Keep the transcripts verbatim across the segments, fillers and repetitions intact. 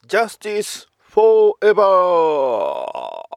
Justice Forever。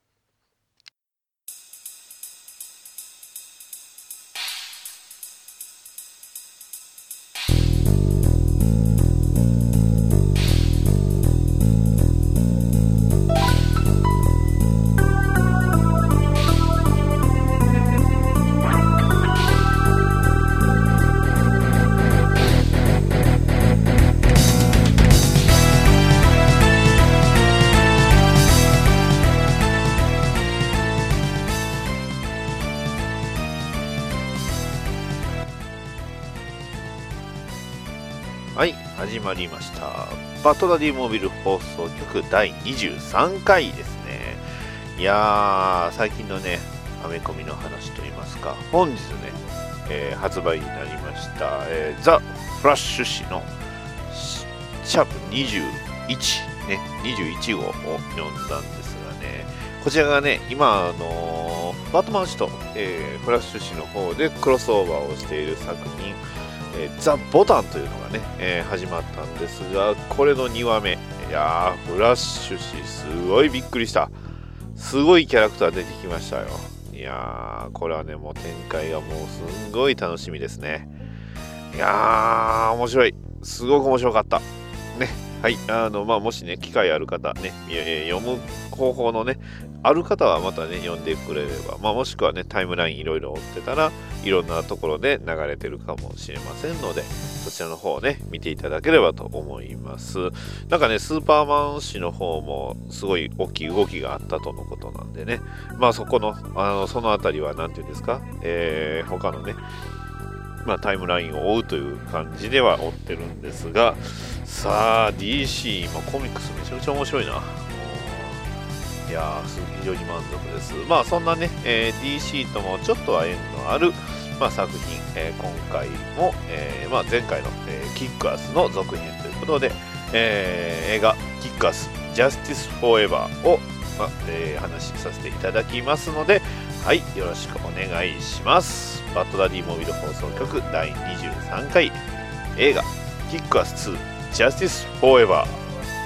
はい、始まりました。バトダディモビル放送局だいにじゅうさんかいですね。いやー、最近のね、アメコミの話といいますか、本日ね、えー、発売になりました、えー、ザ・フラッシュ誌のシャープにじゅういち、ね、にじゅういちごうを読んだんですがね、こちらがね、今、あのー、バットマン誌と、えー、フラッシュ誌の方でクロスオーバーをしている作品、えー、ザ・ボタンというのがね、えー、始まったんですが、これのにわめ、いやー、フラッシュ誌すごいびっくりした。すごいキャラクター出てきましたよ。いやー、これはね、もう展開がもうすんごい楽しみですね。いやー、面白い。すごく面白かった。ね。はい。あの、まあ、もしね、機会ある方、ね、えー、読む方法のね、ある方はまたね、読んでくれれば、まあ、もしくはね、タイムラインいろいろ追ってたら、いろんなところで流れてるかもしれませんので、そちらの方をね、見ていただければと思います。なんかね、スーパーマン誌の方もすごい大きい動きがあったとのことなんでね、まあそこの、あの、そのあたりは何て言うんですか、えー、他のね、まあタイムラインを追うという感じでは追ってるんですが、さあ ディーシー 今コミックスめちゃくちゃ面白いな。いやー、非常に満足です。まあそんなね、えー、ディーシー ともちょっとは縁のある、まあ、作品、えー、今回も、えーまあ、前回の、えー、キックアスの続編ということで、えー、映画キックアスジャスティスフォーエバーを、まあえー、話しさせていただきますので、はい、よろしくお願いします。バッドダディモビル放送局だいにじゅうさんかい映画キックアスツージャスティスフォーエバー。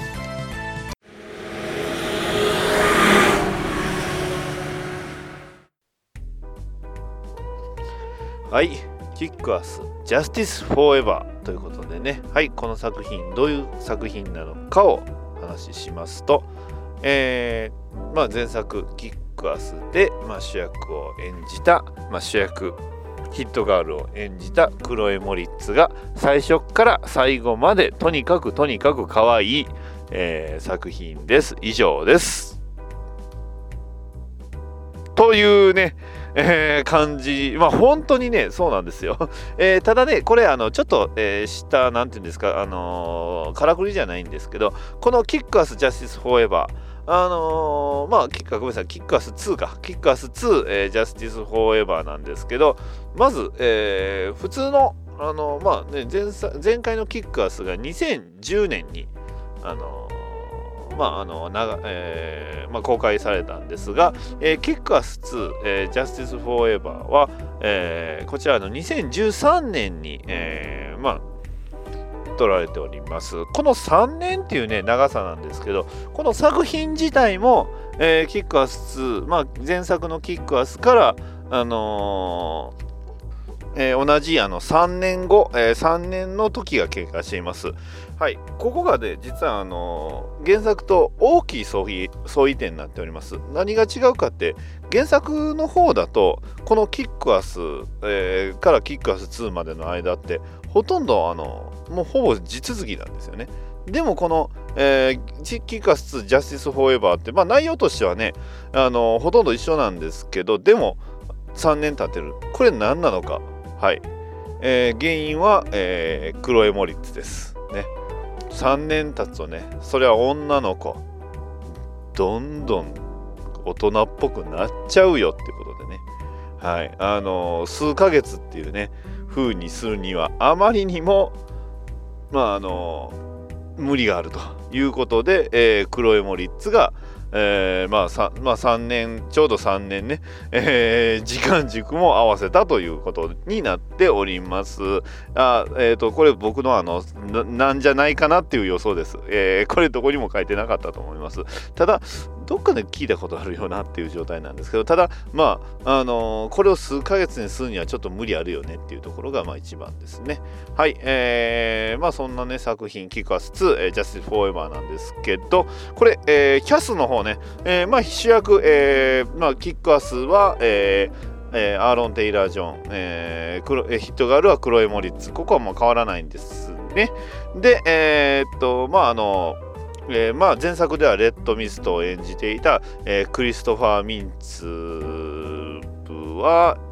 はい、キックアスジャスティスフォーエバーということでね、はい、この作品どういう作品なのかを話ししますと、えーまあ、前作キックアスで、まあ、主役を演じた、まあ、主役ヒットガールを演じたクロエ・モリッツが最初から最後までとにかくとにかく可愛い、えー、作品です。以上です。というね、えー、感じ、まあ本当にね、そうなんですよ。えー、ただね、これあのちょっと、えー、下なんていうんですか、あのー、からくりじゃないんですけど、このキックアスジャスティスフォーエバー、あのー、まあキックごめんなさい、キックアスツーか、キックアスツー、えー、ジャスティスフォーエバーなんですけど、まず、えー、普通のあのー、まあね、前前回のキックアスがにせんじゅうねんにあのーまああのなえーまあ、公開されたんですが、えー、キックアスツー、えー、ジャスティスフォーエバーは、えー、こちらのにせんじゅうさんねんに、えー、まあ撮られております。このさんねんっていうね長さなんですけど、この作品自体も、えー、キックアスツー、まあ、前作のキックアスからあのーえー、同じあのさんねんご、えー、さんねんの時が経過しています。はい、ここがね、実はあのー、原作と大きい相違、相違点になっております。何が違うかって、原作の方だと、このキックアス、えー、からキックアスツーまでの間って、ほとんどあの、もうほぼ地続きなんですよね。でもこの、えー、キックアスツージャスティスフォーエバーって、まあ内容としてはね、あのー、ほとんど一緒なんですけど、でもさんねん経ってる。これ何なのか。はい、えー、原因は、えー、クロエ・モリッツですね。さんねん経つとね、それは女の子どんどん大人っぽくなっちゃうよっていうことでね、はい、あのー、数ヶ月っていうね風にするにはあまりにもまああのー、無理があるということで、えー、クロエ・モリッツが、 えー、まあさ、まあさんねん、ちょうどさんねんね、えー、時間軸も合わせたということになっております。あ、えっと、これ僕のあの、な、なんじゃないかなっていう予想です。えー、これどこにも書いてなかったと思います。ただ、どっかで聞いたことあるよなっていう状態なんですけど、ただ、まあ、あのー、これを数ヶ月にするにはちょっと無理あるよねっていうところが、まあ一番ですね。はい、えー、まあそんなね、作品、キックアスツー、えー、Justice Forever なんですけど、これ、えー、キャスの方ね、えー、まあ主役、えー、まあキックアスは、えーえー、アーロン・テイラー・ジョン、えー、クロえー、ヒットガールはクロエ・モリッツ、ここはもう変わらないんですね。で、えー、っと、まああの、えーまあ、前作ではレッドミストを演じていた、えー、クリストファー・ミンツは、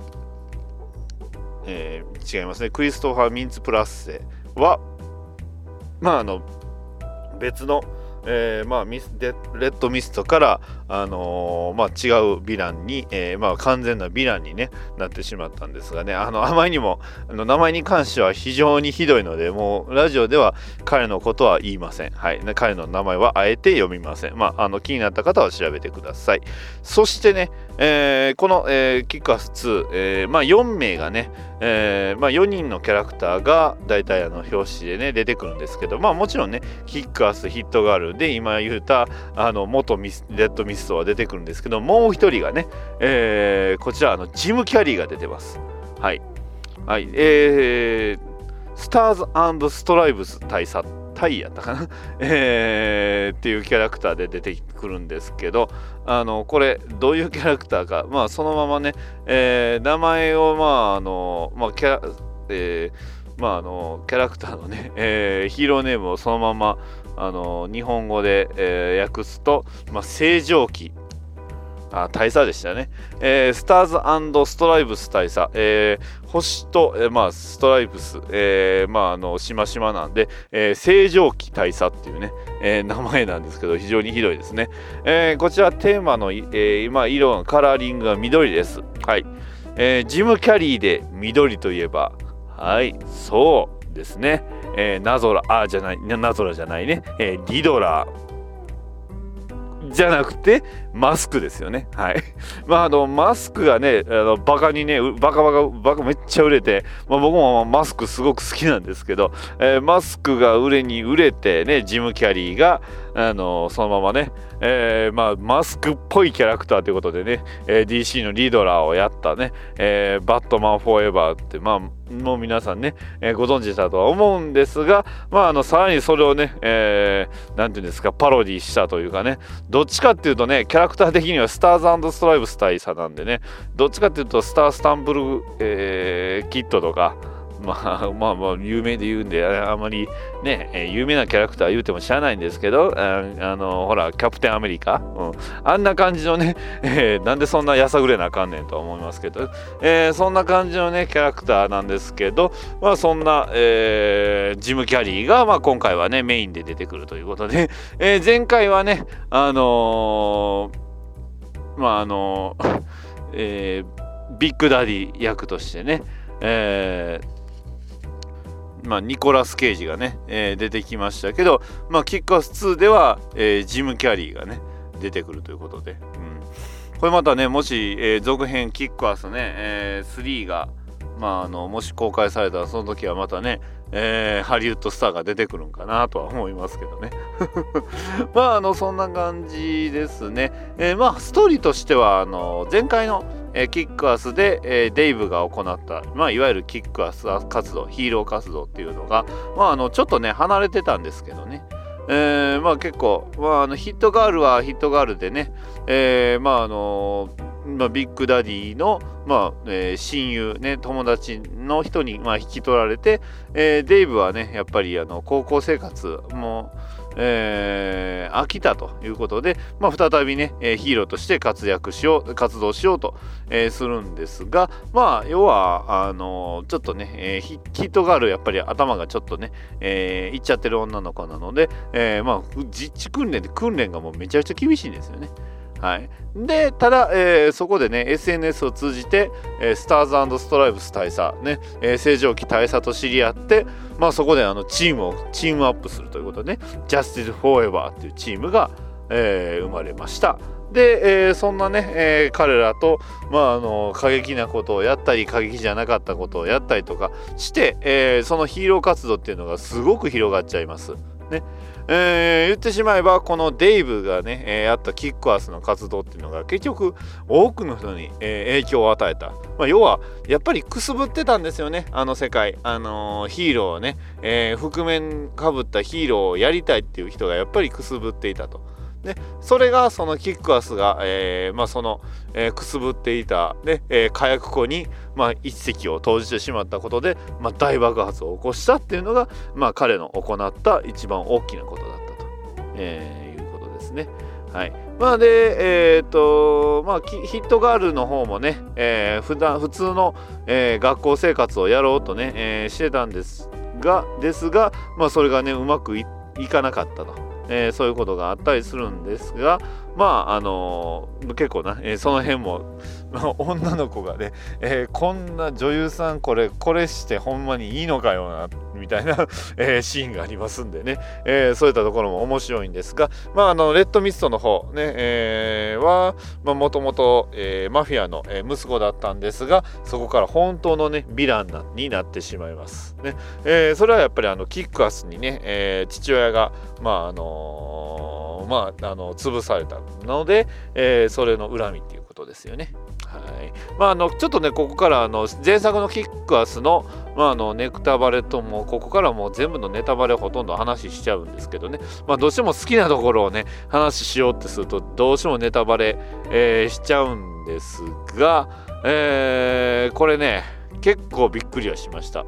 えー、違いますね。クリストファー・ミンツプラッセは、まあ、あの別の、えーまあ、ミスレッドミストから、あのーまあ、違うヴィランに、えーまあ、完全なヴィランに、ね、なってしまったんですがね、あのあまりにもあの名前に関しては非常にひどいので、もうラジオでは彼のことは言いません。はい、彼の名前はあえて読みません。まあ、あの気になった方は調べてください。そしてね、えー、この、えー、キックアスツー、えーまあ、よんめいがね、えーまあ、よにんのキャラクターが大体あの表紙でね出てくるんですけど、まあもちろんねキックアス、ヒットガールで今言ったあの元ミスレッドミストは出てくるんですけど、もう一人がね、えー、こちらあのジム・キャリーが出てます。はい、はい、えー、スターズ&ストライブス大佐タイやったかな、えー、っていうキャラクターで出てくるんですけど、あのこれどういうキャラクターか、まあそのままね、えー、名前をまああのまあキャラ、えー、まああのキャラクターのね、えー、ヒーローネームをそのままあの日本語で、えー、訳すと、まあ、正常期、あ、大佐でしたね。えー、スターズ&ストライブス大佐、えー、星と、えー、まあストライブス、えー、まああのしましまなんで、えー、正常期大佐っていうね、えー、名前なんですけど非常にひどいですね。えー、こちらテーマの、えー、まあ色のカラーリングが緑です。はい。えー、ジム・キャリーで緑といえば、はい、そうですね。えー、ナゾラ、あじゃない、ナゾラじゃないね。えー、リドラー。じゃなくてマスクですよね。はい。まああのマスクがね、あのバカにね、バカバカバカめっちゃ売れて、まあ、僕もマスクすごく好きなんですけど、えー、マスクが売れに売れてね、ジム・キャリーがあのそのままね、えー、まあマスクっぽいキャラクターということでね、えー、ディーシー のリドラーをやったね、えー、バットマンフォーエバーってまあもう皆さんね、えー、ご存知だとは思うんですが、まああのさらにそれをね、えー、なんていうんですか、パロディしたというかね、どっちかっていうとね、キャラクター的にはスターズ&ストライブス大佐なんでね、どっちかっていうとスタースタンブル、えー、キッドとか、まあまあまあ有名で言うんであまりね、えー、有名なキャラクター言うても知らないんですけど、あ, あのほらキャプテンアメリカ、うん、あんな感じのね、えー、なんでそんなやさぐれなあかんねんとは思いますけど、えー、そんな感じのねキャラクターなんですけど、まあそんな、えー、ジム・キャリーが、まあ、今回はねメインで出てくるということで、えー、前回はねあのー、まああのーえー、ビッグダディ役としてね、えーまあ、ニコラス・ケイジがね、えー、出てきましたけど、まあ、キックアスツーでは、えー、ジム・キャリーがね出てくるということで、うん、これまたねもし、えー、続編キックアスね、えー、スリーが、まあ、あのもし公開されたらその時はまたね、えー、ハリウッドスターが出てくるんかなとは思いますけどねまああのそんな感じですね。えー、まあストーリーとしてはあの前回のえー、キックアスで、えー、デイブが行った、まあ、いわゆるキックアス活動、ヒーロー活動っていうのが、まあ、あのちょっとね離れてたんですけどね、えー、まあ結構、まあ、あのヒットガールはヒットガールでね、えー、まああのまあ、ビッグダディの、まあえー、親友、ね、友達の人に、まあ、引き取られて、えー、デイブはねやっぱりあの高校生活もえー、飽きたということで、まあ、再びね、えー、ヒーローとして活躍しよう活動しようと、えー、するんですが、まあ要はあのー、ちょっとね、えー、ヒ, ヒットガールやっぱり頭がちょっとね、えー、いっちゃってる女の子なので、えー、まあ実地訓練で訓練がもうめちゃくちゃ厳しいんですよね。はい、でただ、えー、そこでね エスエヌエス を通じて、えー、スターズ&ストライブス大佐ね、えー、正常期大佐と知り合って、まあそこであのチームをチームアップするということでね、ジャスティス・フォーエバーっていうチームが、 えー、生まれました。で、えー、そんなね、えー、彼らと、まあ、あの過激なことをやったり過激じゃなかったことをやったりとかして、えー、そのヒーロー活動っていうのがすごく広がっちゃいますね。えー、言ってしまえばこのデイブがね、えー、やったキックアスの活動っていうのが結局多くの人に、えー、影響を与えた、まあ、要はやっぱりくすぶってたんですよね、あの世界。あのー、ヒーローをね、えー、覆面かぶったヒーローをやりたいっていう人がやっぱりくすぶっていたと。でそれがそのキックアスが、えーまあ、その、えー、くすぶっていた、ねえー、火薬庫に、まあ、一石を投じてしまったことで、まあ、大爆発を起こしたっていうのが、まあ、彼の行った一番大きなことだったと、えー、いうことですね。はい。まあで、えっ、ー、と、まあ、ヒットガールの方もね、えー、普段普通の、えー、学校生活をやろうとね、えー、してたんですが、ですが、まあ、それがね、うまく い, いかなかったと。えー、そういうことがあったりするんですが、まああのー、結構な、えー、その辺も女の子がね、えー、こんな女優さんこれこれしてほんまにいいのかよなみたいな、えー、シーンがありますんでね、えー、そういったところも面白いんですが、まああのレッドミストの方ね、えー、はもともとマフィアの、えー、息子だったんですが、そこから本当のねヴィランなになってしまいますね。えー、それはやっぱりあのキックアスにね、えー、父親がまああのー、まああの潰されたので、えー、それの恨みっていうことですよね。はい。まああのちょっとねここからあの前作のキックアスのまああのネタバレともここからもう全部のネタバレほとんど話しちゃうんですけどね。まあどうしても好きなところをね話しようってするとどうしてもネタバレ、えー、しちゃうんですが、えー、これね結構びっくりはしました。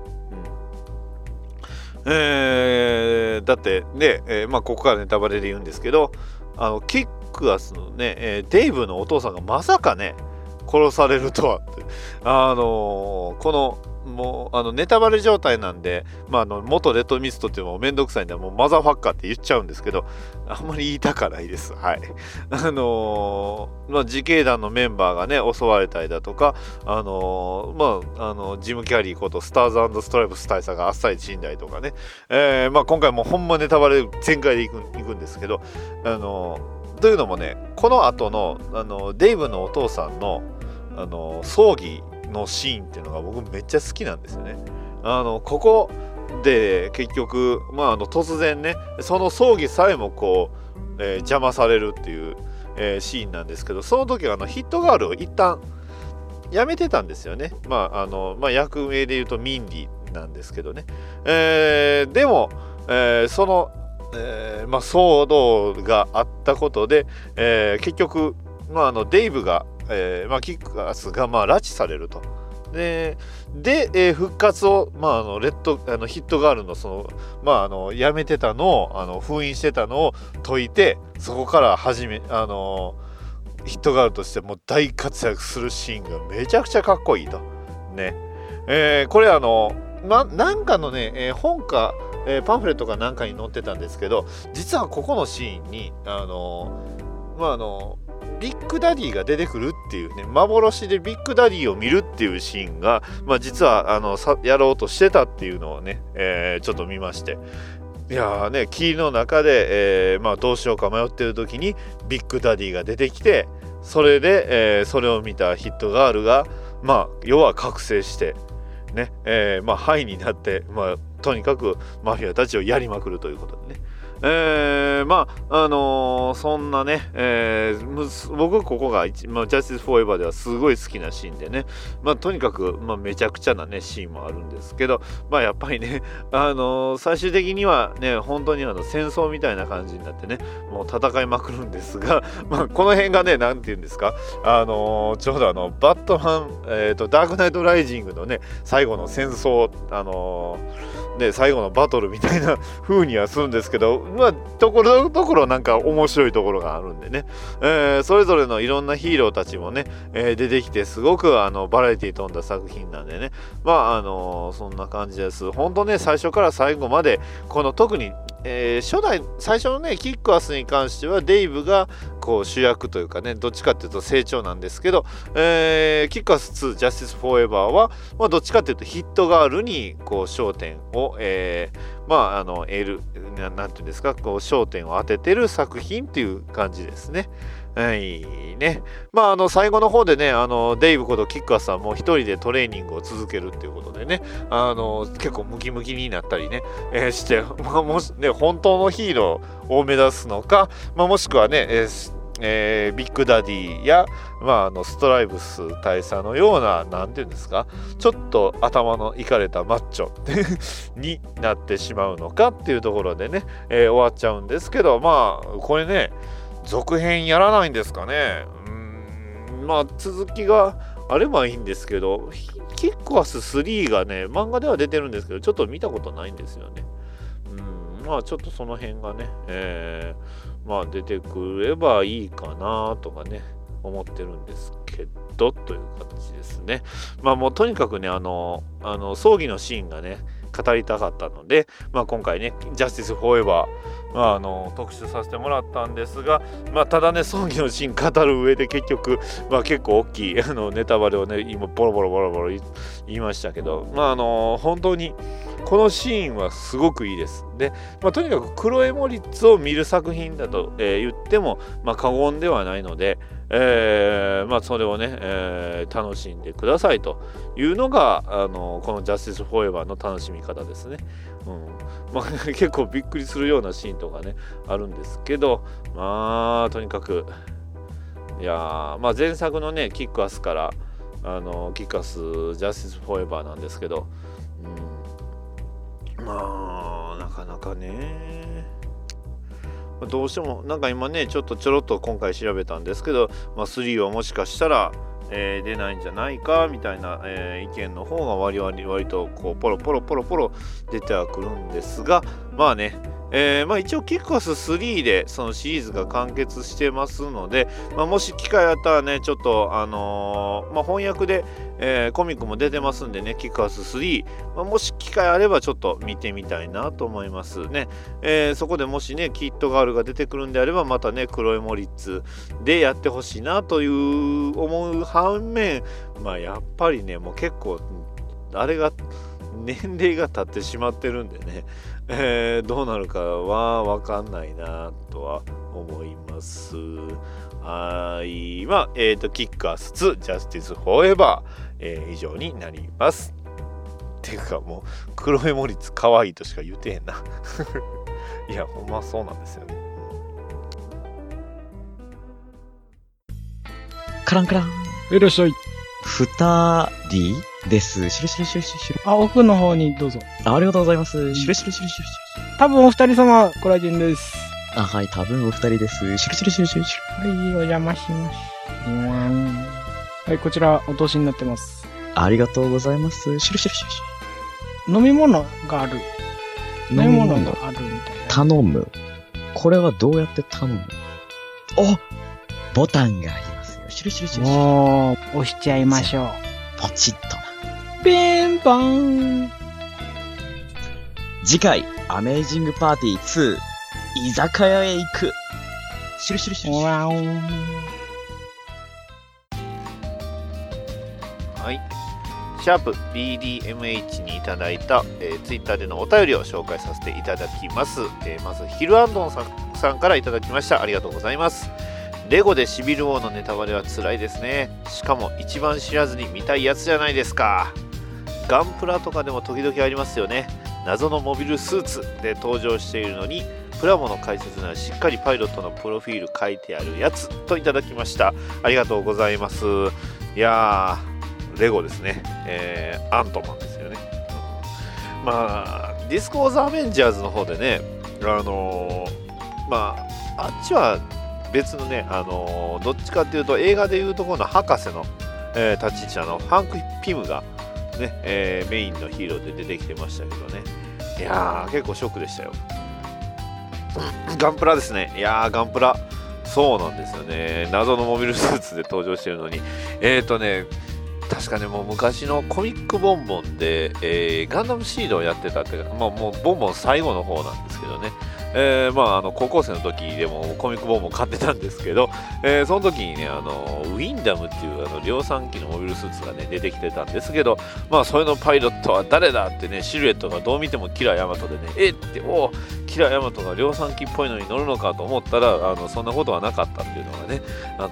えー、だってね、えーまあ、ここからネタバレで言うんですけど、あのキックアスのね、えー、デイブのお父さんがまさかね殺されるとはって、あのー、このもうあのネタバレ状態なんで、まあ、あの元レッドミストっていうのもめんどくさいんでもうマザーファッカーって言っちゃうんですけど、あんまり言いたかないです。はい。あのー、まあ自警団のメンバーがね襲われたりだとか、あのー、まああのジム・キャリーことスターズ&ストライプス大佐があっさり死んだりとかね、えー、まあ今回もほんまネタバレ全開でいくいくんですけど、あのー、というのもねこの後のあのデイブのお父さんのあの葬儀のシーンっていうのが僕めっちゃ好きなんですよね。あのここで結局、まあ、あの突然ねその葬儀さえもこう、えー、邪魔されるっていう、えー、シーンなんですけど、その時はあのヒットガールを一旦やめてたんですよね。まああの、まあ、役名で言うとミンディなんですけどね、えー、でも、えー、その、えーまあ、騒動があったことで、えー、結局、まあ、あのデイブがえーまあ、キックアスがまあ拉致されると。で、でえー、復活を、まあ、あのレッドあのヒットガールのその、まあ、あの辞めてたのをあの封印してたのを解いて、そこから始めあのヒットガールとしても大活躍するシーンがめちゃくちゃかっこいいと。ね。えー、これあのななんかのね、えー、本か、えー、パンフレットかなんかに載ってたんですけど、実はここのシーンにあのまああのビッグダディが出てくるっていうね、幻でビッグダディを見るっていうシーンが、まあ、実はあのさやろうとしてたっていうのをね、えー、ちょっと見まして、いやーね霧の中で、えーまあ、どうしようか迷ってる時にビッグダディが出てきて、それで、えー、それを見たヒットガールがまあ要は覚醒してね、えー、まあハイになって、まあ、とにかくマフィアたちをやりまくるということでね。えー、まああのー、そんなね、えー、僕ここが、まあ、ジャスティス・フォーエバーではすごい好きなシーンでね、まあ、とにかく、まあ、めちゃくちゃなねシーンもあるんですけど、まあやっぱりね、あのー、最終的にはね本当にあの戦争みたいな感じになってねもう戦いまくるんですが、まあ、この辺がねなんて言うんですか、あのー、ちょうどあのバットマン、えーと、ダークナイト・ライジングのね最後の戦争、あのーね、最後のバトルみたいな風にはするんですけど、まあところどころなんか面白いところがあるんでね、えー、それぞれのいろんなヒーローたちもね、えー、出てきてすごくあのバラエティ飛んだ作品なんでね、まああのー、そんな感じです。本当ね最初から最後までこの特にえー、初代最初のねキックアスに関してはデイブがこう主役というかね、どっちかっていうと成長なんですけど、えー、キックアスツージャスティスフォーエバーは、まあ、どっちかっていうとヒットガールにこう焦点を、えー、まああの得る な, なんていうんですか、こう焦点を当ててる作品っていう感じですね。はいね。まああの最後の方でね、あのデイブことキックアスはもう一人でトレーニングを続けるっていうことでね、あの結構ムキムキになったりね、えー、して、まあ、もしね本当のヒーローを目指すのか、まあ、もしくはね、えーえー、ビッグダディや、まあ、あのストライブス大佐のような、なんていうんですか、ちょっと頭のいかれたマッチョになってしまうのかっていうところでね、えー、終わっちゃうんですけど、まあこれね続編やらないんですかね。うーん、まあ続きがあればいいんですけど、キックアススリーがね漫画では出てるんですけど、ちょっと見たことないんですよね。うん、まあちょっとその辺がね、えー、まあ出てくればいいかなとかね思ってるんですけどという形ですね。まあもうとにかくね、あのあの葬儀のシーンがね語りたかったので、まあ、今回ねジャスティスフォーエバー、まあ、あの特集させてもらったんですが、まあ、ただね葬儀のシーン語る上で結局、まあ、結構大きいあのネタバレをね今ボロボロボロボロ言いましたけど、まああの本当にこのシーンはすごくいいです。で、まあ、とにかくクロエ・モリッツを見る作品だと、えー、言っても、まあ、過言ではないので、えーまあ、それをね、えー、楽しんでくださいというのが、あのこのジャスティスフォーエバーの楽しみ方ですね。うんまあ、結構びっくりするようなシーンとかねあるんですけど、まあとにかくいやー、まあ、前作のねキックアスからあのキックアスジャスティスフォーエバーなんですけど、うん、まあなかなかねどうしてもなんか今ねちょっとちょろっと今回調べたんですけど、まあ、スリーはもしかしたら、えー、出ないんじゃないかみたいな、えー、意見の方が割割割とこうポロポロポロポロ出てはくるんですが、まあね、えーまあ、一応キックアススリーでそのシリーズが完結してますので、まあ、もし機会あったらねちょっとあのーまあ、翻訳で、えー、コミックも出てますんでねキックアススリー、まあ、もし機会あればちょっと見てみたいなと思いますね、えー、そこでもしねキッドガールが出てくるんであればまたねクロエ・モリッツでやってほしいなという思う反面、まあやっぱりねもう結構あれが年齢が経ってしまってるんでね、えー、どうなるかは分かんないなとは思います。はい、まあえっ、ー、とキックアスツージャスティスフォーエバー、えー、以上になります。っていうかもうクロエ・モリッツ可愛いとしか言うてへんないやほんまそうなんですよね。 カランカランいらっしゃい。 二人です。しるしるしるしるしる。 あ、奥の方にどうぞ。 あ、ありがとうございます。しるしるしるしるしる。 多分お二人様、コラジンです。 あ、はい、多分お二人です。しるしるしるしるしる。はい、お邪魔します。はい、こちら、お通しになってます。 ありがとうございます。しるしるしるしる。飲み物がある。飲み物があるみたいな。 頼む。これはどうやって頼む？お！ボタンがありますよ。しるしるしるしる。 おー、押しちゃいましょう。 ポチッとな。 ピンポーン。 次回、アメージングパーティーツー、居酒屋へ行く。しるしるしるしる。 わおー。 はい。シャープ ビーディーエムエイチ にいただいた、えー、ツイッターでのお便りを紹介させていただきます。えー、まず、ヒルアンドンさん、さんからいただきました。ありがとうございます。レゴでシビル王のネタバレは辛いですね。しかも一番知らずに見たいやつじゃないですか。ガンプラとかでも時々ありますよね。謎のモビルスーツで登場しているのにプラモの解説ならしっかりパイロットのプロフィール書いてあるやつといただきました。ありがとうございます。いやーレゴですね、えー、アントマンですよね、うん、まあディスコ・オブ・ザ・アベンジャーズの方でねあのー、まああっちは別のね、あのー、どっちかっていうと映画でいうところの博士の、えー、立ち位置のハンク・ピムがね、えー、メインのヒーローで出てきてましたけどね。いやー結構ショックでしたよ。ガンプラですね。いやーガンプラそうなんですよね。謎のモビルスーツで登場してるのにえーとね確かねもう昔のコミックボンボンで、えー、ガンダムシードをやってたっていうか、まあ、もうボンボン最後の方なんですけどねえー、まああの高校生の時でもコミック本も買ってたんですけど、えー、その時にねあのウィンダムっていうあの量産機のモビルスーツがね出てきてたんですけど、まあそれのパイロットは誰だってねシルエットがどう見てもキラーヤマトでねえっておおキラーヤマトが量産機っぽいのに乗るのかと思ったらあのそんなことはなかったっていうのがねあって、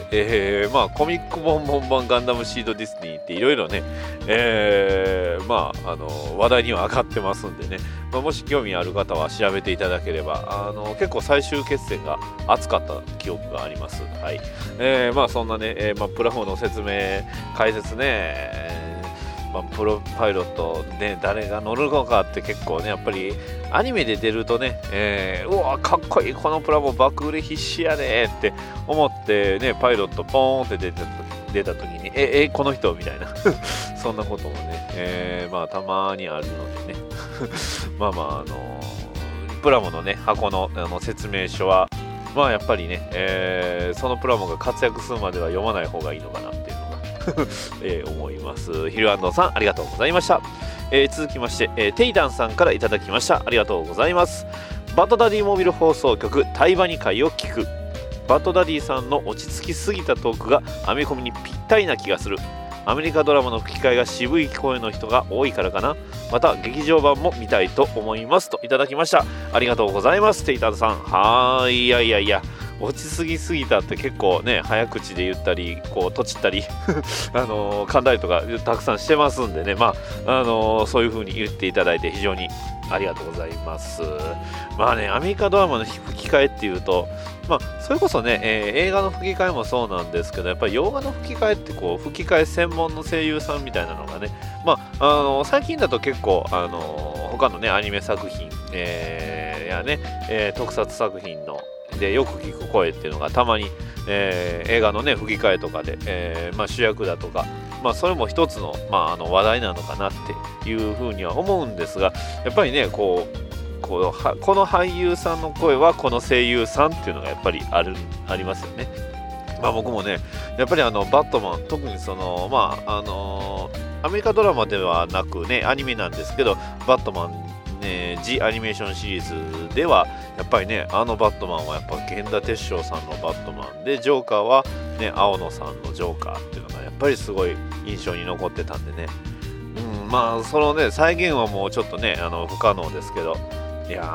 えー、まあコミック本本番ガンダムシードディスニーっていろいろね、えー、まああの話題には上がってますんでね、まあ、もし興味ある方は調べていただければあの結構最終決戦が熱かった記憶があります。はい、えー、まあそんなね、えーまあ、プラフォーの説明解説ね、えーまあ、プロパイロットね誰が乗るのかって結構ねやっぱりアニメで出るとね、えー、うわかっこいいこのプラモ爆売れ必死やねって思ってねパイロットポーンって出て出た時にええこの人みたいなそんなこともね、えー、まあたまにあるのでねまあまああのー、プラモのね箱のあの説明書はまあやっぱりね、えー、そのプラモが活躍するまでは読まない方がいいのかなっていうのが、えー、思います。ヒルアンドさんありがとうございました。えー、続きまして、えー、テイダンさんからいただきました。ありがとうございます。バッドダディモビル放送局タイバニ会を聞く。バッドダディさんの落ち着きすぎたトークがアメコミにぴったりな気がする。アメリカドラマの吹き替えが渋い声の人が多いからかな。また劇場版も見たいと思いますといただきました。ありがとうございます。テイタンさんはーいいやいやいや落ちすぎすぎたって結構ね早口で言ったりこうとちったりあのー、噛んだりとかたくさんしてますんでねまああのー、そういう風に言っていただいて非常にありがとうございます。まあねアメリカドラマの吹き替えっていうとまあそれこそね、えー、映画の吹き替えもそうなんですけどやっぱり洋画の吹き替えってこう吹き替え専門の声優さんみたいなのがねまああのー、最近だと結構あのー、他のねアニメ作品、えー、やね、えー、特撮作品のでよく聞く声っていうのがたまに、えー、映画のね吹き替えとかで、えーまあ、主役だとか、まあ、それも一つの、まあ、あの話題なのかなっていうふうには思うんですがやっぱりねこうこのはこの俳優さんの声はこの声優さんっていうのがやっぱりあるありますよね。まあ僕もねやっぱりあのバットマン特にそのまああのー、アメリカドラマではなくねアニメなんですけどバットマンね、ジ・アニメーションシリーズではやっぱりねあのバットマンはやっぱ源田鉄章さんのバットマンでジョーカーはね青野さんのジョーカーっていうのがやっぱりすごい印象に残ってたんでね、うん、まあそのね再現はもうちょっとねあの不可能ですけどいや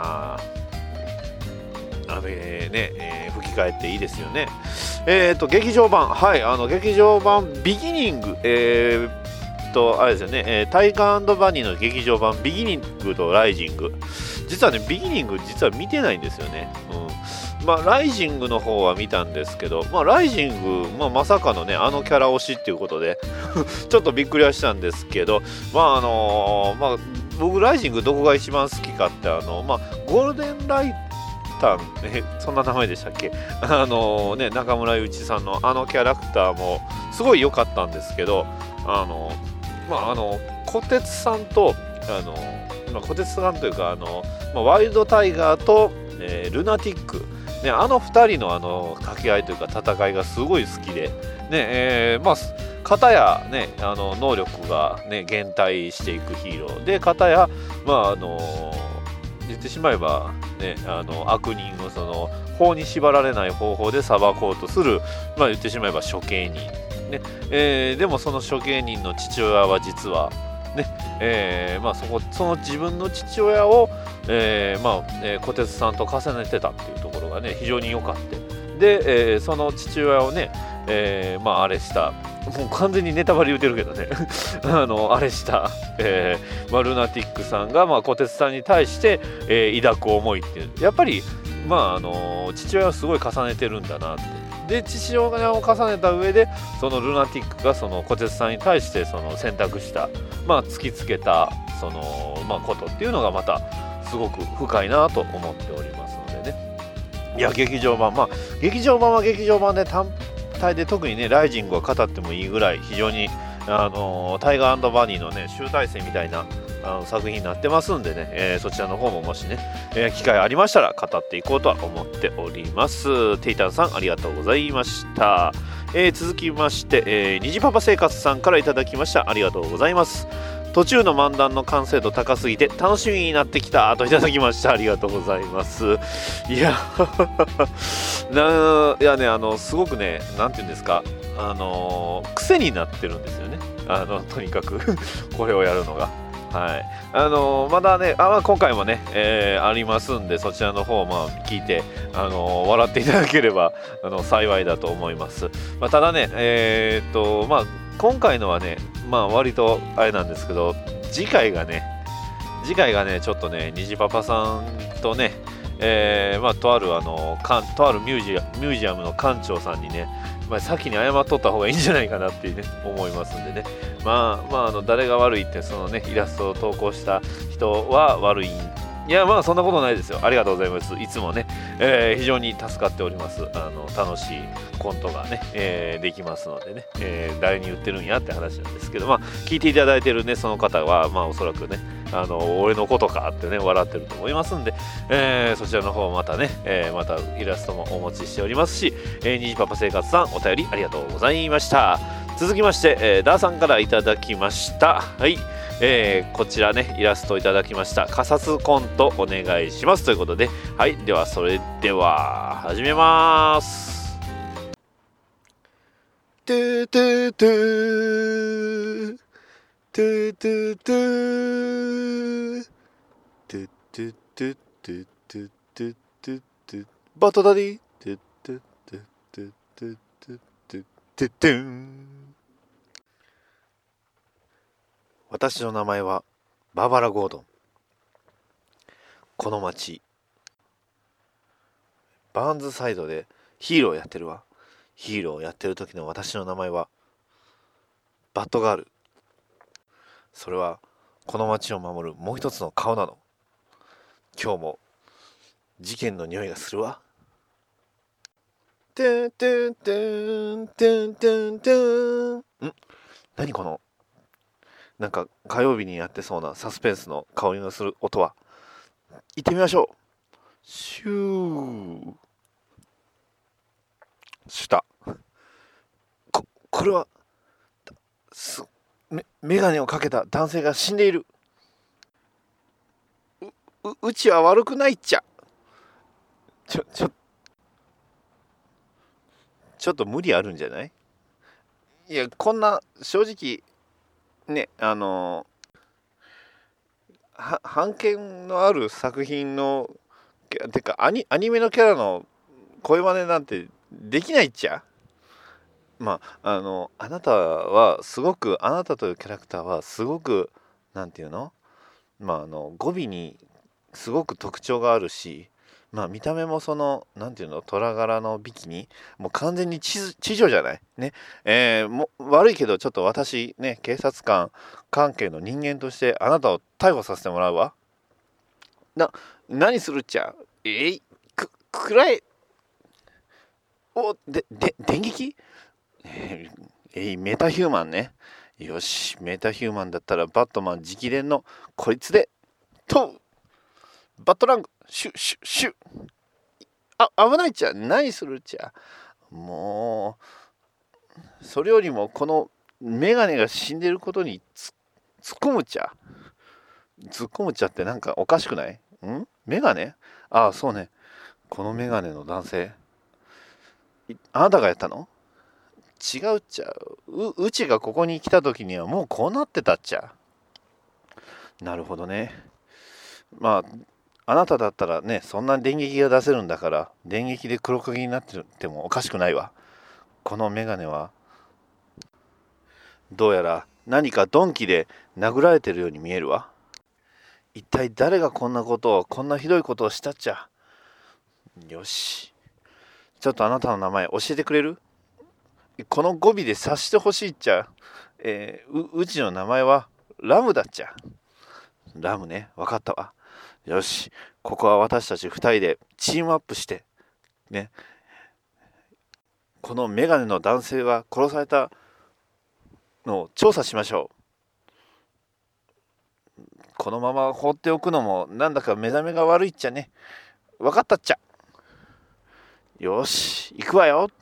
ーあれね、えー、吹き替えっていいですよね。えっ、ー、と劇場版はいあの劇場版ビギニングえーとあれですよね、えー、タイガー&バニーの劇場版ビギニングとライジング実はねビギニング実は見てないんですよね、うん、まあライジングの方は見たんですけどまあライジング、まあ、まさかのねあのキャラ推しっていうことでちょっとびっくりはしたんですけどまああのー、まあ僕ライジングどこが一番好きかってあのまあゴールデンライタンえそんな名前でしたっけあのー、ね中村祐一さんのあのキャラクターもすごい良かったんですけどあのーまあ、あの小鉄さんとあの、まあ、小鉄さんというかあの、まあ、ワイルドタイガーと、えー、ルナティック、ね、あのふたりのあの掛け合いというか戦いがすごい好きで、ねえーまあ、片や、ね、あの能力が、ね、減退していくヒーローで片や、まああの言ってしまえば、ね、あの悪人をその法に縛られない方法で裁こうとする、まあ、言ってしまえば処刑人ねえー、でもその処刑人の父親は実は、ねえーまあ、そこその自分の父親を、えーまあえー、小鉄さんと重ねてたっていうところがね非常に良かったで、えー、その父親をね、えーまあ、あれしたもう完全にネタバレ言うてるけどねあのあれした、えーまあ、ルナティックさんが、まあ、小鉄さんに対して、えー、抱く思いっていうやっぱり、まああのー、父親をすごい重ねてるんだなってで父親を重ねた上でそのルナティックがその小鉄さんに対してその選択した、まあ、突きつけたその、まあ、ことっていうのがまたすごく深いなと思っておりますのでねいや劇場版まあ劇場版は劇場版で単体で特にねライジングは語ってもいいぐらい非常にあのタイガー&バニーのね集大成みたいなあの作品になってますんでね、えー、そちらの方ももしね、えー、機会ありましたら語っていこうとは思っております。テイタンさんありがとうございました。えー、続きまして、えー、虹パパ生活さんからいただきました。ありがとうございます。 途中の漫談の完成度高すぎて楽しみになってきたといただきました。ありがとうございます。いやないやね、あのすごくね、なんていうんですか、あの癖になってるんですよね。あのとにかくこれをやるのが。はい、あのー、まだね、あ、まあ、今回もね、えー、ありますんで、そちらの方をまあ聞いて、あのー、笑っていただければあの幸いだと思います。まあ、ただね、えー、っとまあ、今回のはね、まあ、割とあれなんですけど、次回がね、次回がね、ちょっとね、虹パパさんとね、えーまあ、とあるあのかとあるミュージアミュージアムの館長さんにね、まあ、先に謝っとった方がいいんじゃないかなっていうね思いますんでね、まあまあ、あの誰が悪いってそのねイラストを投稿した人は悪いんいやまあそんなことないですよ。ありがとうございます。いつもね、えー、非常に助かっております。あの楽しいコントがね、えー、できますのでね、えー、誰に言ってるんやって話なんですけど、まあ聞いていただいてるねその方はまあおそらくね、あの俺のことかってね笑ってると思いますんで、えー、そちらの方またね、えー、またイラストもお持ちしておりますし、えー、虹パパ生活さんお便りありがとうございました。続きまして、えー、ダーさんからいただきました。はい、えー、こちらねイラストいただきました。仮殺コントお願いしますということで、はい、ではそれでは始めます。トゥトゥトゥトゥトゥトゥトゥトゥトゥトゥトゥトゥトゥトゥバトダディトゥトゥトゥトゥトゥトゥトゥトゥトゥン。私の名前はバーバラ・ゴードン。この町バーンズサイドでヒーローやってるわ。ヒーローやってる時の私の名前はバッドガール。それはこの町を守るもう一つの顔なの。今日も事件の匂いがするわ。トゥントゥントゥントゥントゥントゥン。ん？何このなんか火曜日にやってそうなサスペンスの香りのする音は。行ってみましょう。シューしたここれはすめメガネをかけた男性が死んでいる。うううちは悪くないっちゃ。ちょちょちょっと無理あるんじゃない？いやこんな正直ね、あのは判権のある作品のてかアニアニメのキャラの声真似なんてできないっちゃ。まああのあなたはすごくあなたというキャラクターはすごくなんていうのまああの語尾にすごく特徴があるし、まあ見た目もそのなんていうの虎柄のビキニもう完全に知知女じゃないね。えー、も悪いけどちょっと私ね警察官関係の人間としてあなたを逮捕させてもらうわ。な何するっちゃ。えいくくらえおでで電撃えー、えー、メタヒューマンね。よしメタヒューマンだったらバットマン直伝のこいつでとバットラングシュシュシュあ危ないっちゃ。何するっちゃ。もうそれよりもこのメガネが死んでることに突っ込むっちゃ。突っ込むっちゃってなんかおかしくない？んメガネ？ああそうね、このメガネの男性あなたがやったの？違うっちゃ。ううちがここに来た時にはもうこうなってたっちゃ。なるほどね。まああなただったらねそんな電撃が出せるんだから電撃で黒影になっててもおかしくないわ。このメガネはどうやら何か鈍器で殴られてるように見えるわ。一体誰がこんなことをこんなひどいことをしたっちゃ。よしちょっとあなたの名前教えてくれる？この語尾で察してほしいっちゃ。えー、う, うちの名前はラムだっちゃ。ラムね、分かったわ。よしここは私たちふたりでチームアップしてねこのメガネの男性が殺されたのを調査しましょう。このまま放っておくのもなんだか目覚めが悪いっちゃね。分かったっちゃ。よし行くわよ。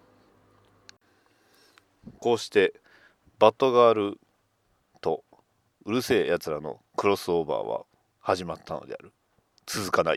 こうしてバットガールとうるせえやつらのクロスオーバーは始まったのである。続かない。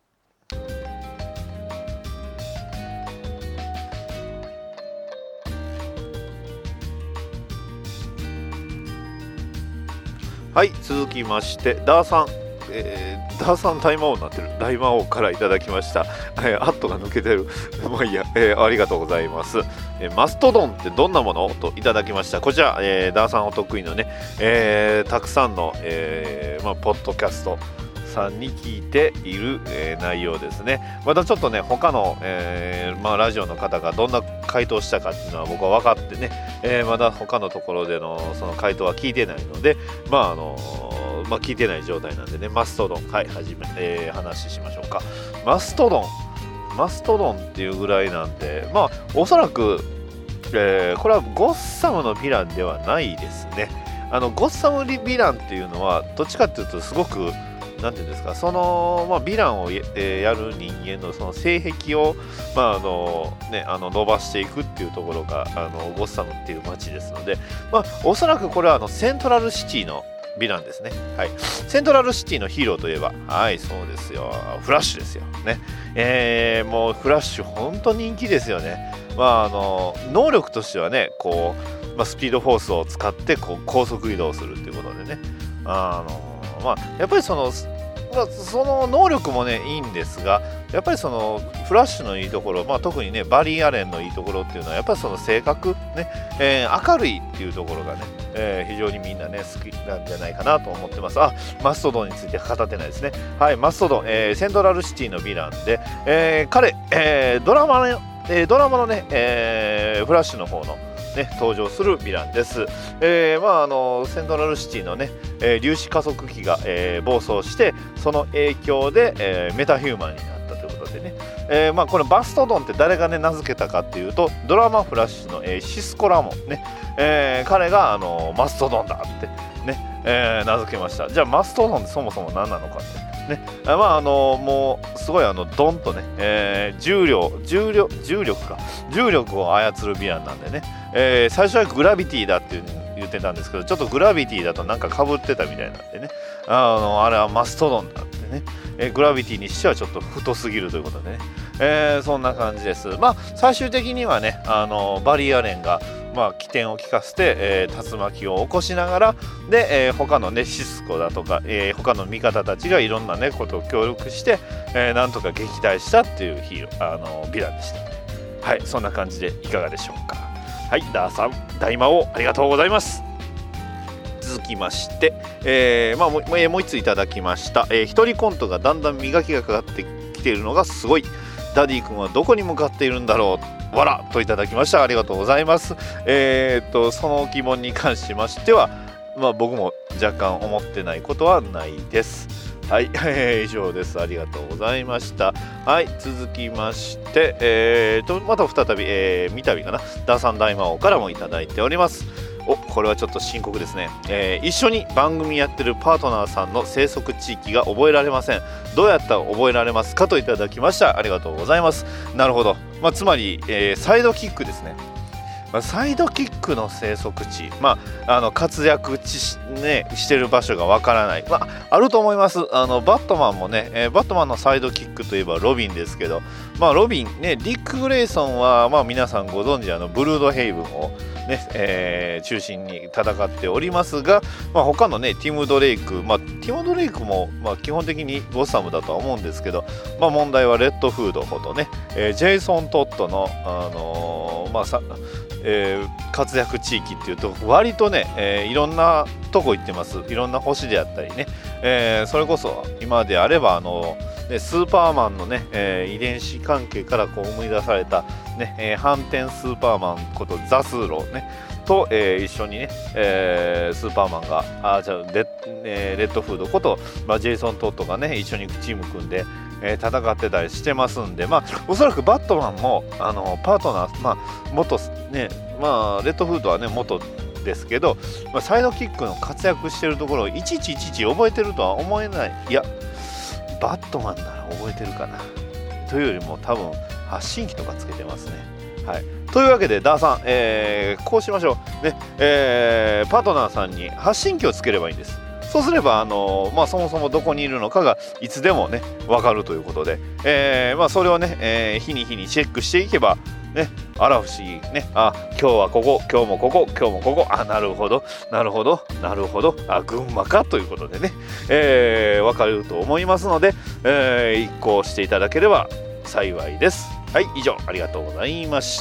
はい、続きましてダーさん、えー、ダーさん大魔王になってる大魔王からいただきました。えー、アットが抜けてるまあいいや、えー、ありがとうございます。えー、マストドンってどんなものといただきました。こちら、えー、ダーさんお得意のね、えー、たくさんの、えーまあ、ポッドキャストさんに聞いている、えー、内容ですね。またちょっとね他の、えーまあ、ラジオの方がどんな回答したかっていうのは僕は分かってね、えー、まだ他のところでのその回答は聞いてないので、まああのー、まあ聞いてない状態なんでね、マストドン、はい、始め、えー、話しましょうか。マストドンマストドンっていうぐらいなんで、まあおそらく、えー、これはゴッサムのヴィランではないですね。あのゴッサムヴィランっていうのはどっちかっていうとすごくなんていうんですか、その、まあ、ヴィランを や,、えー、やる人間のその性癖を、まああのね、あの伸ばしていくっていうところがあのゴッサムっていう街ですので、まあ、おそらくこれはあのセントラルシティのヴィランですね。はい、セントラルシティのヒーローといえば、はいそうですよ、フラッシュですよね。えー、もうフラッシュ本当人気ですよね。まああの能力としてはね、こう、まあ、スピードフォースを使ってこう高速移動するっていうことでね、あのまあ、やっぱりその、まあ、その能力もねいいんですが、やっぱりそのフラッシュのいいところ、まあ、特にねバリー・アレンのいいところっていうのはやっぱりその性格ね、えー、明るいっていうところがね、えー、非常にみんなね好きなんじゃないかなと思ってます。あ、マストドンについて語ってないですね。はい、マストドン、えー、セントラルシティのヴィランで、えー、彼、えー、ドラマの、えー、ドラマのね、えー、フラッシュの方のね、登場するヴィランです。えーまあ、あのセントラルシティのね、えー、粒子加速器が、えー、暴走して、その影響で、えー、メタヒューマンになったということでね、えーまあ、これマストドンって誰がね名付けたかっていうと、ドラマフラッシュの、えー、シスコラモンね、えー、彼があのマストドンだってね、えー、名付けました。じゃあマストドンってそもそも何なのかってね、まああのもうすごいあのドンとね、えー、重量重量重力か重力を操るヴィランなんでね、えー、最初はグラビティだって言ってたんですけど、ちょっとグラビティだとなんか被ってたみたいなんでね、あのあれはマストドンだってね、えー、グラビティにしてはちょっと太すぎるということでね、えー、そんな感じです。まあ最終的にはね、あのバリー・アレンがまあ、起点を利かせて、えー、竜巻を起こしながらで、えー、他のねシスコだとか、えー、他の味方たちがいろんなねことを協力して、えー、なんとか撃退したっていうヒーローあのヴィランでした。はい、そんな感じでいかがでしょうか。はい、ダーさん大魔王ありがとうございます。続きまして、えーまあ、も, もう一ついただきました、えー、一人コントがだんだん磨きがかかってきているのがすごい。ダディ君はどこに向かっているんだろう、わらといただきました。ありがとうございます。えー、っとその疑問に関しましては、まあ、僕も若干思ってないことはないです。はい、えー、以上です。ありがとうございました。はい、続きまして、えー、とまた再び、えー、三度かな、ダーさん大魔王からもいただいております。お、これはちょっと深刻ですね。えー、一緒に番組やってるパートナーさんの生息地域が覚えられません。どうやったら覚えられますかといただきました。ありがとうございます。なるほど、まあ、つまり、えー、サイドキックですね。まあ、サイドキックの生息地、まあ、あの活躍し、ね、してる場所がわからない、まあ、あると思います。あのバットマンもね、えー、バットマンのサイドキックといえばロビンですけど、まあ、ロビンね、ディック・グレイソンは、まあ、皆さんご存知あのブルードヘイブンをねえー、中心に戦っておりますが、まあ、他のねティム・ドレイク、まあ、ティム・ドレイクも、まあ、基本的にゴッサムだとは思うんですけど、まあ、問題はレッドフードことね、えー、ジェイソン・トッドの、あのーまあさえー、活躍地域っていうと割とね、えー、いろんなとこ行ってます。いろんな星であったりね、えー、それこそ今であればあのでスーパーマンのね、えー、遺伝子関係からこう生み出された、ねえー、反転スーパーマンことザスーロねと、えー、一緒にね、えー、スーパーマンがあじゃあレ、えー、レッドフードこと、まあ、ジェイソン・トッドがね一緒にチーム組んで、えー、戦ってたりしてますんで、まあ、おそらくバットマンもあのパートナー、まあ、元ね、まあ、レッドフードはね元ですけど、まあ、サイドキックの活躍してるところをいちいちいちいち覚えてるとは思えない。いやバットマンなら覚えてるかなというよりも多分発信機とかつけてますね。はい、 というわけでダーさん、えー、こうしましょうね、えー、パートナーさんに発信機をつければいいんです。そうすれば、あのーまあ、そもそもどこにいるのかがいつでもね分かるということで、えーまあ、それをね、えー、日に日にチェックしていけばね、あら不思議ね、あ今日はここ、今日もここ、今日もここ、あなるほどなるほどなるほど、あ群馬かということでね、えー、分かると思いますので、えー、一行していただければ幸いです。はい、以上ありがとうございました。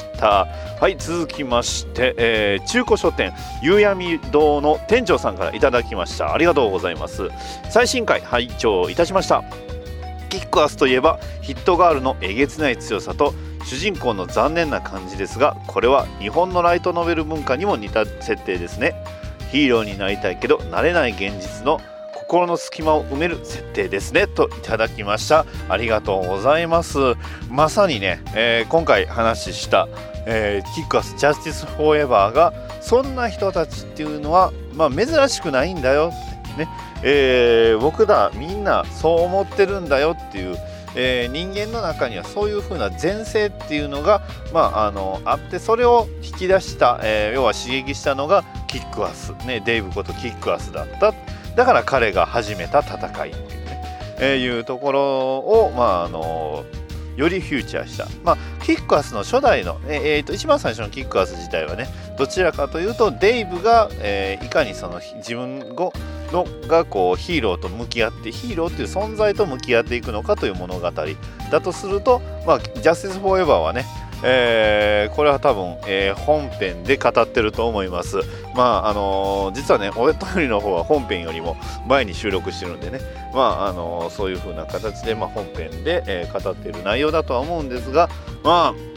はい、続きまして、えー、中古書店夕闇堂の店長さんからいただきました。ありがとうございます。最新回拝聴いたしました。キックアスといえばヒットガールのえげつない強さと主人公の残念な感じですが、これは日本のライトノベル文化にも似た設定ですね。ヒーローになりたいけどなれない現実の心の隙間を埋める設定ですね、といただきました。ありがとうございます。まさにね、えー、今回話した、えー、キックアスジャスティスフォーエバーがそんな人たちっていうのは、まあ、珍しくないんだよね、えー、僕らみんなそう思ってるんだよっていう、えー、人間の中にはそういう風な前世っていうのが、まあ、あのあって、それを引き出した、えー、要は刺激したのがキックアス、ね、デイブことキックアスだった。だから彼が始めた戦いっていうね、えー、いうところを、まああのよりフューチャーした、まあ、キックアスの初代の、えーえー、と一番最初のキックアス自体はね、どちらかというとデイブが、えー、いかにその自分のがこうヒーローと向き合ってヒーローっていう存在と向き合っていくのかという物語だとすると、まあ、ジャスティスフォーエバーはね、えー、これは多分、えー、本編で語ってると思います。まああのー、実はねお便りの方は本編よりも前に収録してるんでね、まああのー、そういう風な形で、まあ、本編で、えー、語っている内容だとは思うんですが、まあ、うん、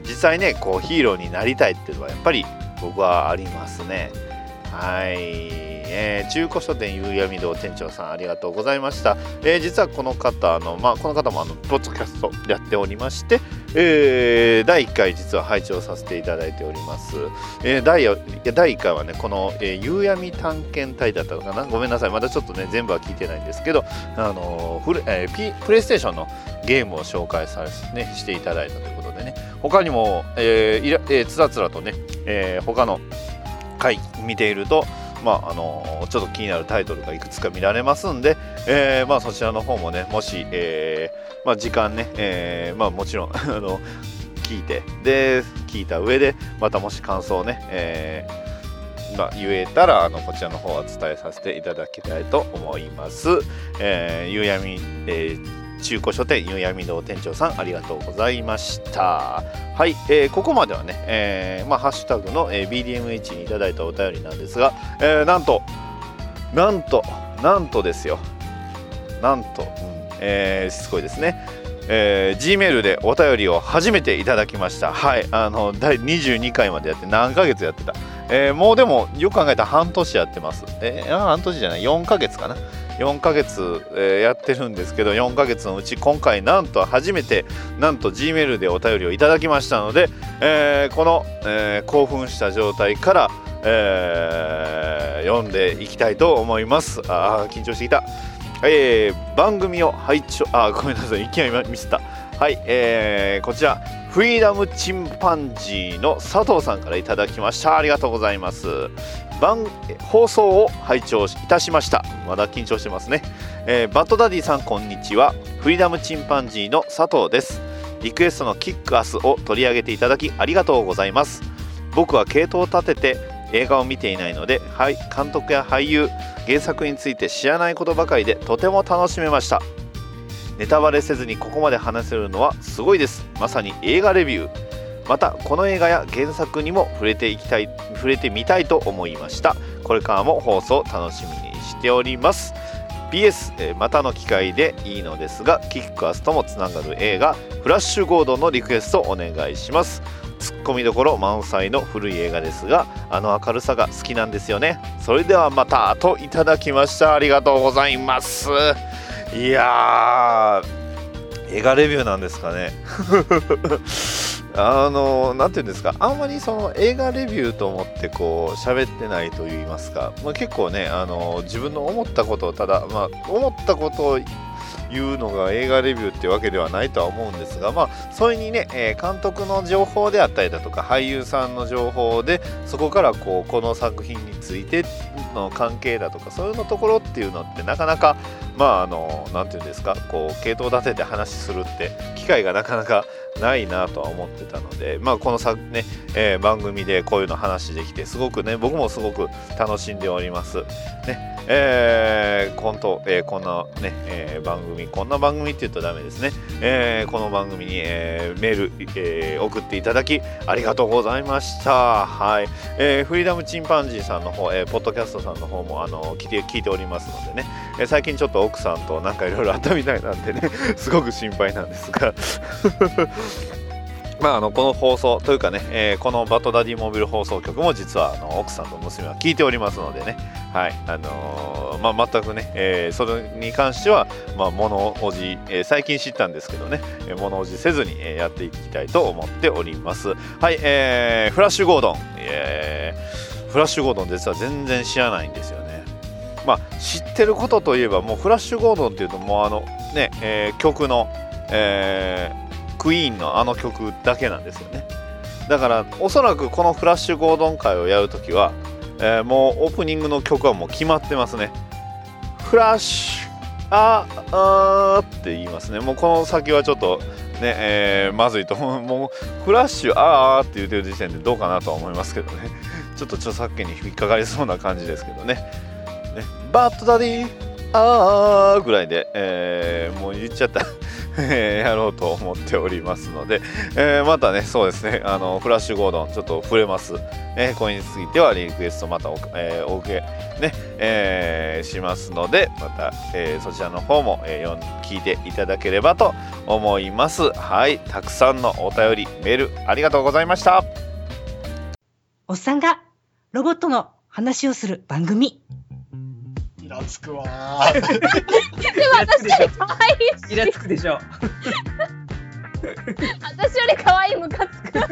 実際ねこうヒーローになりたいっていうのはやっぱり僕はありますね。はい、えー、中古書店夕闇堂店長さんありがとうございました。えー、実はこの方あの、まあ、この方もあのポッドキャストやっておりまして、えー、だいいっかい実は拝聴させていただいております。えー、だいいっかいはねこの、えー、夕闇探検隊だったのかな、ごめんなさいまだちょっとね全部は聞いてないんですけど、あのーフルえー、P、プレイステーションのゲームを紹介され、ね、していただいたということでね、他にも、えーいらえー、つらつらとね、えー、他の回見ていると、まああのー、ちょっと気になるタイトルがいくつか見られますんで、えーまあ、そちらの方もねもし、えーまあ、時間ね、えーまあ、もちろんあの聞いてで聞いた上でまたもし感想をね、えーまあ、言えたらあのこちらの方は伝えさせていただきたいと思います。えー、夕闇、えー中古書店夕闇堂店長さんありがとうございました。はい、えー、ここまではね、えーまあ、ハッシュタグの、えー、ビーディーエムエイチ にいただいたお便りなんですが、えー、なんとなんとなんとですよなんと、うんえー、しつこいですね、えー、Gmail でお便りを初めていただきました。はいあのだいにじゅうにかいまでやって何ヶ月やってた、えー、もうでもよく考えたら半年やってます。えー、半年じゃないよんかげつかなよんかげつ、えー、やってるんですけど、よんかげつのうち今回なんと初めてなんと Gmail でお便りをいただきましたので、えー、この、えー、興奮した状態から、えー、読んでいきたいと思います。あー緊張してきた。えー、番組を拝聴あごめんなさいいきなりミスった。はい、えー、こちらフリーダムチンパンジーの佐藤さんからいただきました。ありがとうございます。番放送を拝聴いたしました。まだ緊張してますね、えー、バッドダディさんこんにちは。フリーダムチンパンジーの佐藤です。リクエストのキックアスを取り上げていただきありがとうございます。僕は系統を立てて映画を見ていないので、はい、監督や俳優原作について知らないことばかりでとても楽しめました。ネタバレせずにここまで話せるのはすごいです。まさに映画レビュー。またこの映画や原作にも触れていきたい触れてみたいと思いました。これからも放送楽しみにしております。 ピーエス、えー、またの機会でいいのですがキックアスともつながる映画フラッシュゴードンのリクエストお願いします。ツッコミどころ満載の古い映画ですがあの明るさが好きなんですよね。それではまたといただきました。ありがとうございます。いやー映画レビューなんですかねあのなんていうんですか、あんまりその映画レビューと思ってこう喋ってないと言いますか、まあ、結構ねあの自分の思ったことをただ、まあ、思ったことをいうのが映画レビューってわけではないとは思うんですが、まあそれにね、えー、監督の情報であったりだとか俳優さんの情報でそこからこうこの作品についての関係だとかそういうのところっていうのってなかなかまああのなんていうんですかこう系統立てて話するって機会がなかなかないなとは思ってたので、まあこのさ、ねえー、番組でこういうの話できてすごくね僕もすごく楽しんでおりますね。えー、本当、えー、こんなね、えー、番組こんな番組って言うとダメですね、えー、この番組に、えー、メール、えー、送っていただきありがとうございました。はい、えー、フリーダムチンパンジーさんの方、えー、ポッドキャストさんの方もあの聞いて聞いておりますのでね、えー、最近ちょっと奥さんとなんかいろいろあったみたいなんでねすごく心配なんですがまあ、あのこの放送というかね、えー、このバトダディモービル放送局も実はあの奥さんと娘は聞いておりますのでね、はいあのーまあ、全くね、えー、それに関しては、まあ、物おじ、えー、最近知ったんですけどね、えー、物おじせずに、えー、やっていきたいと思っております。はい、えー、フラッシュゴードン、えー、フラッシュゴードン実は全然知らないんですよね。まあ知ってることといえばもうフラッシュゴードンっていうともうあのね、えー、曲の、えークイーンのあの曲だけなんですよね。だからおそらくこのフラッシュゴードン会をやるときは、えー、もうオープニングの曲はもう決まってますね。フラッシュあーあーって言いますね。もうこの先はちょっとね、えー、まずいと思う。もうフラッシュあーって言ってる時点でどうかなとは思いますけどね。ちょっと著作権に引っかかりそうな感じですけどね。ねバッドダディあーぐらいで、えー、もう言っちゃったやろうと思っておりますので、えー、またねそうですねあのフラッシュゴードンちょっと触れます、えー、これについてはリクエストまたお、えー、お受けね、えー、しますのでまた、えー、そちらの方も、えー、聞いていただければと思います。はい、たくさんのお便りメールありがとうございました。 おっさんがロボットの話をする番組。 イラつくわーでも私より可愛いしイラつくでしょ私より可愛いムカつくちょ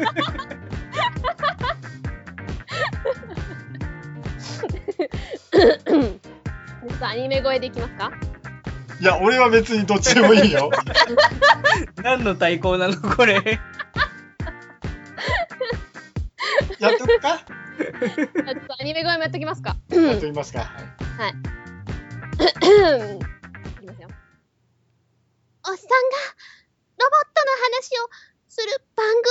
っとアニメ声でいきますか。 いや俺は別にどっちでもいいよ何の対抗なのこれやっとくかちょっとアニメ声もやっときますかやっときますか。 はいいきますよ。おっさんがロボットの話をする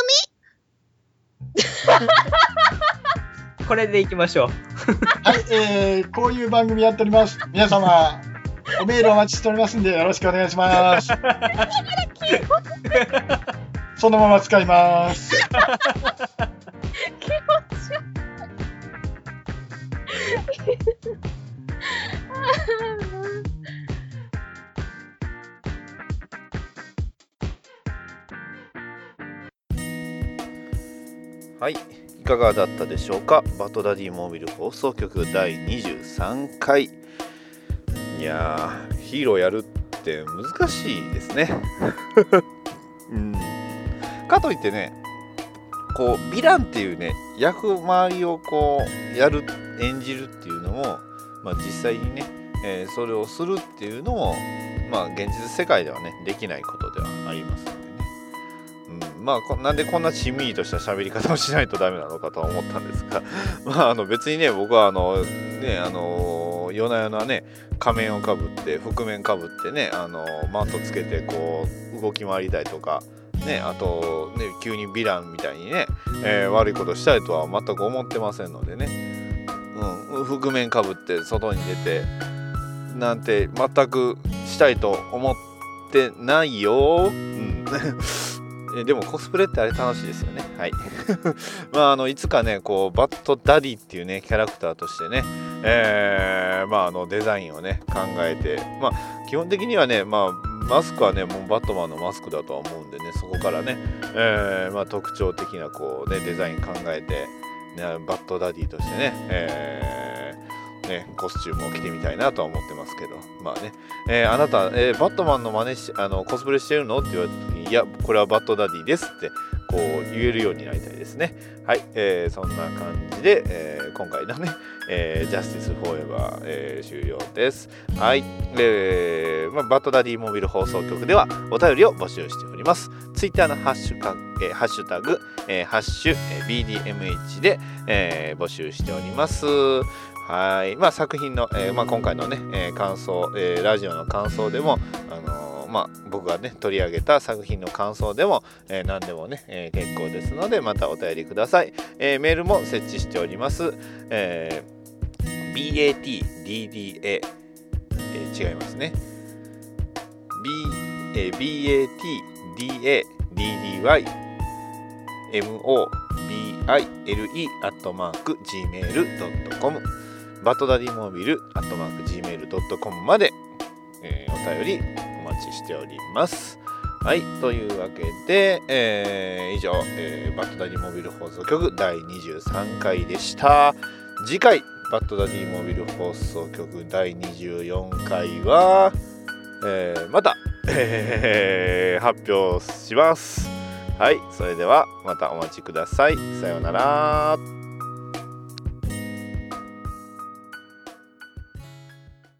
番組これでいきましょうはい、えー、こういう番組やっております。皆様おメールお待ちしておりますんでよろしくお願いしますそのまま使います気持ち悪いはい、いかがだったでしょうか。バトダディモービル放送局だいにじゅうさんかい。いやーヒーローやるって難しいですね、うん、かといってねこうヴィランっていうね役回りをこうやる演じるっていうのも、まあ、実際にね、えー、それをするっていうのも、まあ、現実世界ではねできないことではありますのでね、うん、まあなんでこんなしんみりとした喋り方をしないとダメなのかとは思ったんですがまああの別にね僕はあのねあの夜な夜なね仮面をかぶって覆面かぶってねあのマントつけてこう動き回りたいとかね、あと、ね、急にヴィランみたいにね、えー、悪いことしたいとは全く思ってませんのでね、うん、覆面かぶって外に出てなんて全くしたいと思ってないよ、うん、でもコスプレってあれ楽しいですよね。はいまああのいつかねこうバッドダディっていうねキャラクターとしてね、えー、まああのデザインをね考えて、まあ基本的にはねまあマスクはねもうバットマンのマスクだとは思うんでねそこからね、えーまあ、特徴的なこうねデザイン考えて、ね、バッドダディとしてね、えー、ねコスチュームを着てみたいなとは思ってますけどまあね、えー、あなた、えー、バットマンの真似しあのコスプレしてるのって言われた時にいやこれはバッドダディですってこう言えるようになりたいですですね。はい、えー、そんな感じで、えー、今回のね、えー、ジャスティスフォーエバー、えー、終了です。はい、えーまあ、バッドダディモービル放送局ではお便りを募集しております。ツイッターのハッシュタグ、えー、ハッシュタグ、えー、ハッシュ、えー、ビーディーエムエイチ で、えー、募集しております。はい、まあ、作品の、えーまあ、今回のね、えー、感想、えー、ラジオの感想でも、あのーまあ、僕がね取り上げた作品の感想でも、えー、何でもね、えー、結構ですので、またお便りください。えー、メールも設置しております。えー、ビーエーティーディーディーエー、えー、違いますね。B、えー、ビーエーティーディーエーディーディーワイエムオービーアイエルイー アットマーク ジーメールドットコム バトダディモービルアットマーク ジーメールドットコム まで、えー、お便りお待ちしております。はい、というわけで、えー、以上、えー、バッドダディモービル放送局だいにじゅうさんかいでした。次回バッドダディモービル放送局だいにじゅうよんかいは、えー、また、えー、発表します。はい、それではまたお待ちください。さようなら。